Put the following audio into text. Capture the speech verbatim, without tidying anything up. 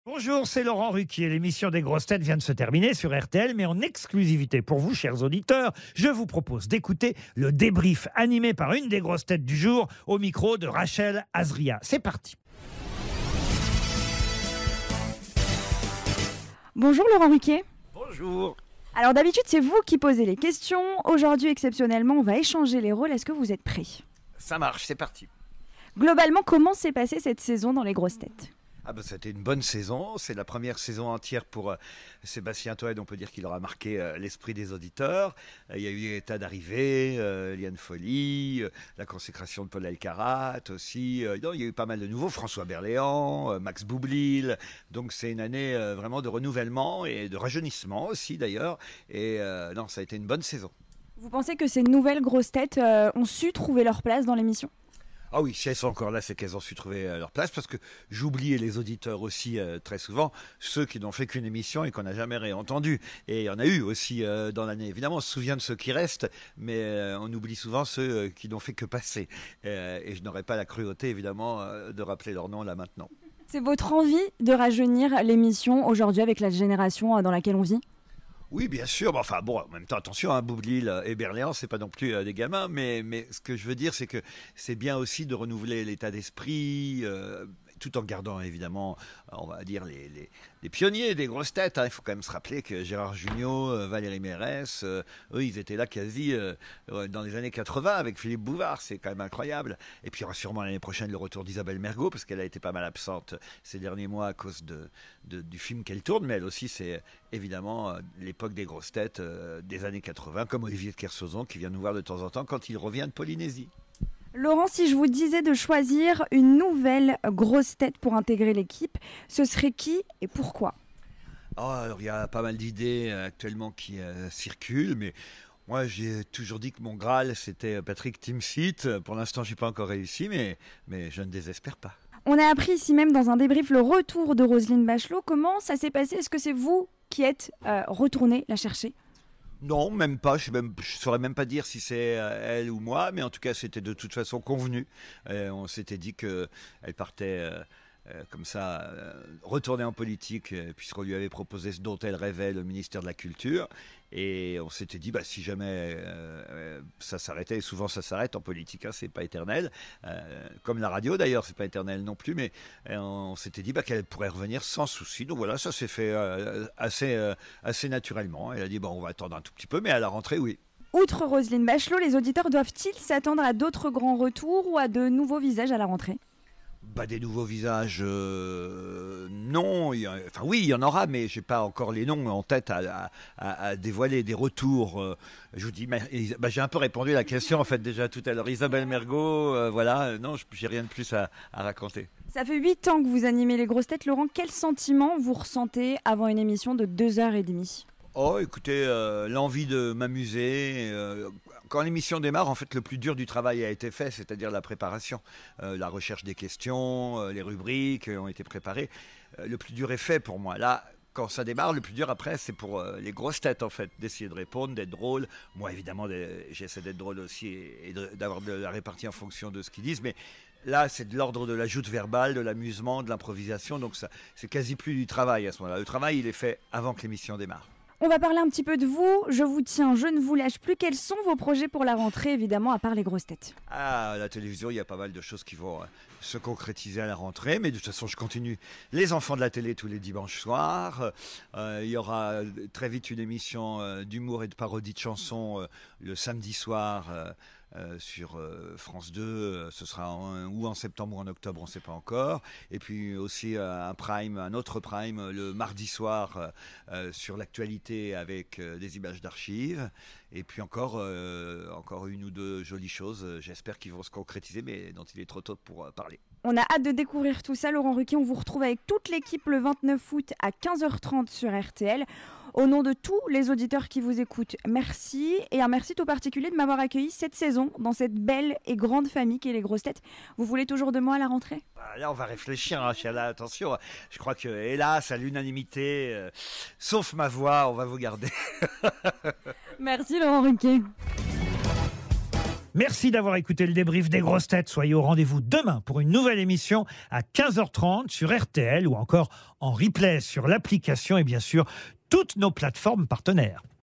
Bonjour, c'est Laurent Ruquier. L'émission des grosses têtes vient de se terminer sur R T L, mais en exclusivité pour vous, chers auditeurs, je vous propose d'écouter le débrief animé par une des grosses têtes du jour au micro de Rachel Azria. C'est parti. Bonjour Laurent Ruquier. Bonjour. Alors d'habitude, c'est vous qui posez les questions. Aujourd'hui, exceptionnellement, on va échanger les rôles. Est-ce que vous êtes prêts? Ça marche, c'est parti. Globalement, comment s'est passée cette saison dans les grosses têtes? Ah ben, c'était une bonne saison, c'est la première saison entière pour euh, Sébastien Toen, on peut dire qu'il aura marqué euh, l'esprit des auditeurs. Euh, il y a eu l'état d'arrivée, euh, Liane Folly, euh, la consécration de Paul Elkarat aussi. Euh, non, il y a eu pas mal de nouveaux, François Berléand, euh, Max Boublil. Donc c'est une année euh, vraiment de renouvellement et de rajeunissement aussi d'ailleurs. Et euh, non, ça a été une bonne saison. Vous pensez que ces nouvelles grosses têtes euh, ont su trouver leur place dans l'émission? Ah oui, si elles sont encore là, c'est qu'elles ont su trouver euh, leur place, parce que j'oubliais les auditeurs aussi euh, très souvent, ceux qui n'ont fait qu'une émission et qu'on n'a jamais réentendu. Et il y en a eu aussi euh, dans l'année. Évidemment, on se souvient de ceux qui restent, mais euh, on oublie souvent ceux euh, qui n'ont fait que passer. Euh, et je n'aurais pas la cruauté, évidemment, euh, de rappeler leur nom là maintenant. C'est votre envie de rajeunir l'émission aujourd'hui avec la génération dans laquelle on vit? Oui, bien sûr. Bon, enfin, bon, en même temps, attention, hein, Boublil et Berléand, c'est pas non plus euh, des gamins, mais, mais ce que je veux dire, c'est que c'est bien aussi de renouveler l'état d'esprit, euh, tout en gardant évidemment, on va dire, les, les, les pionniers des grosses têtes. Hein. Il faut quand même se rappeler que Gérard Jugnot, euh, Valérie Mérès, euh, eux, ils étaient là quasi euh, dans les années quatre-vingts avec Philippe Bouvard. C'est quand même incroyable. Et puis, il y aura sûrement l'année prochaine le retour d'Isabelle Mergo, parce qu'elle a été pas mal absente ces derniers mois à cause de, de, du film qu'elle tourne, mais elle aussi, c'est évidemment euh, l'époque des grosses têtes euh, des années quatre-vingts, comme Olivier de Kersauzon qui vient nous voir de temps en temps quand il revient de Polynésie. Laurent, si je vous disais de choisir une nouvelle grosse tête pour intégrer l'équipe, ce serait qui et pourquoi? Oh, alors, il y a pas mal d'idées euh, actuellement qui euh, circulent, mais moi j'ai toujours dit que mon Graal c'était Patrick Timsit. Pour l'instant, je n'ai pas encore réussi, mais, mais je ne désespère pas. On a appris ici même dans un débrief le retour de Roselyne Bachelot. Comment ça s'est passé? Est-ce que c'est vous qui êtes euh, retourné la chercher? Non, même pas. Je ne saurais même pas dire si c'est euh, elle ou moi, mais en tout cas, c'était de toute façon convenu. Euh, on s'était dit qu'elle partait euh, euh, comme ça, euh, retourner en politique, euh, puisqu'on lui avait proposé ce dont elle rêvait, le ministère de la Culture. Et on s'était dit, bah, si jamais euh, ça s'arrêtait, et souvent ça s'arrête en politique, hein, c'est pas éternel, euh, comme la radio d'ailleurs, c'est pas éternel non plus, mais euh, on s'était dit bah, qu'elle pourrait revenir sans souci. Donc voilà, ça s'est fait euh, assez, euh, assez naturellement. Elle a dit, bon, on va attendre un tout petit peu, mais à la rentrée, oui. Outre Roselyne Bachelot, les auditeurs doivent-ils s'attendre à d'autres grands retours ou à de nouveaux visages à la rentrée? Bah, des nouveaux visages, euh, non. Il y a, enfin oui, il y en aura, mais j'ai pas encore les noms en tête à, à, à dévoiler. Des retours. Euh, je vous dis, bah, bah, j'ai un peu répondu à la question en fait déjà tout à l'heure. Isabelle Mergo, euh, voilà. Euh, non, j'ai rien de plus à, à raconter. Ça fait huit ans que vous animez les grosses têtes, Laurent. Quel sentiment vous ressentez avant une émission de deux heures et demie? Oh, écoutez, euh, l'envie de m'amuser. Euh, quand l'émission démarre, en fait, le plus dur du travail a été fait, c'est-à-dire la préparation. Euh, la recherche des questions, euh, les rubriques euh, ont été préparées. Euh, le plus dur est fait pour moi. Là, quand ça démarre, le plus dur après, c'est pour euh, les grosses têtes, en fait, d'essayer de répondre, d'être drôle. Moi, évidemment, j'essaie d'être drôle aussi et, et d'avoir de la répartie en fonction de ce qu'ils disent, mais là, c'est de l'ordre de la joute verbale, de l'amusement, de l'improvisation, donc ça, c'est quasi plus du travail à ce moment-là. Le travail, il est fait avant que l'émission démarre. On va parler un petit peu de vous. Je vous tiens, je ne vous lâche plus. Quels sont vos projets pour la rentrée, évidemment, à part les grosses têtes? Ah, à la télévision, il y a pas mal de choses qui vont euh, se concrétiser à la rentrée, mais de toute façon, je continue les enfants de la télé tous les dimanches soirs. Euh, il y aura très vite une émission euh, d'humour et de parodie de chansons euh, le samedi soir euh, euh, sur euh, France deux. Euh, ce sera en, ou en septembre ou en octobre, on ne sait pas encore. Et puis aussi euh, un prime, un autre prime euh, le mardi soir euh, euh, sur l'actualité avec euh, des images d'archives. Et puis encore, euh, encore une ou deux jolies choses, euh, j'espère qu'ils vont se concrétiser, mais dont il est trop tôt pour euh, parler. On a hâte de découvrir tout ça, Laurent Ruquier. On vous retrouve avec toute l'équipe le vingt-neuf août à quinze heures trente sur R T L. Au nom de tous les auditeurs qui vous écoutent, merci. Et un merci tout particulier de m'avoir accueilli cette saison dans cette belle et grande famille qu'est les grosses têtes. Vous voulez toujours de moi à la rentrée? Là, on va réfléchir, hein, là, attention. Je crois que, hélas, à l'unanimité, euh, sauf ma voix, on va vous garder. Merci, Laurent Ruquier. Merci d'avoir écouté le débrief des grosses têtes. Soyez au rendez-vous demain pour une nouvelle émission à quinze heures trente sur R T L ou encore en replay sur l'application et bien sûr toutes nos plateformes partenaires.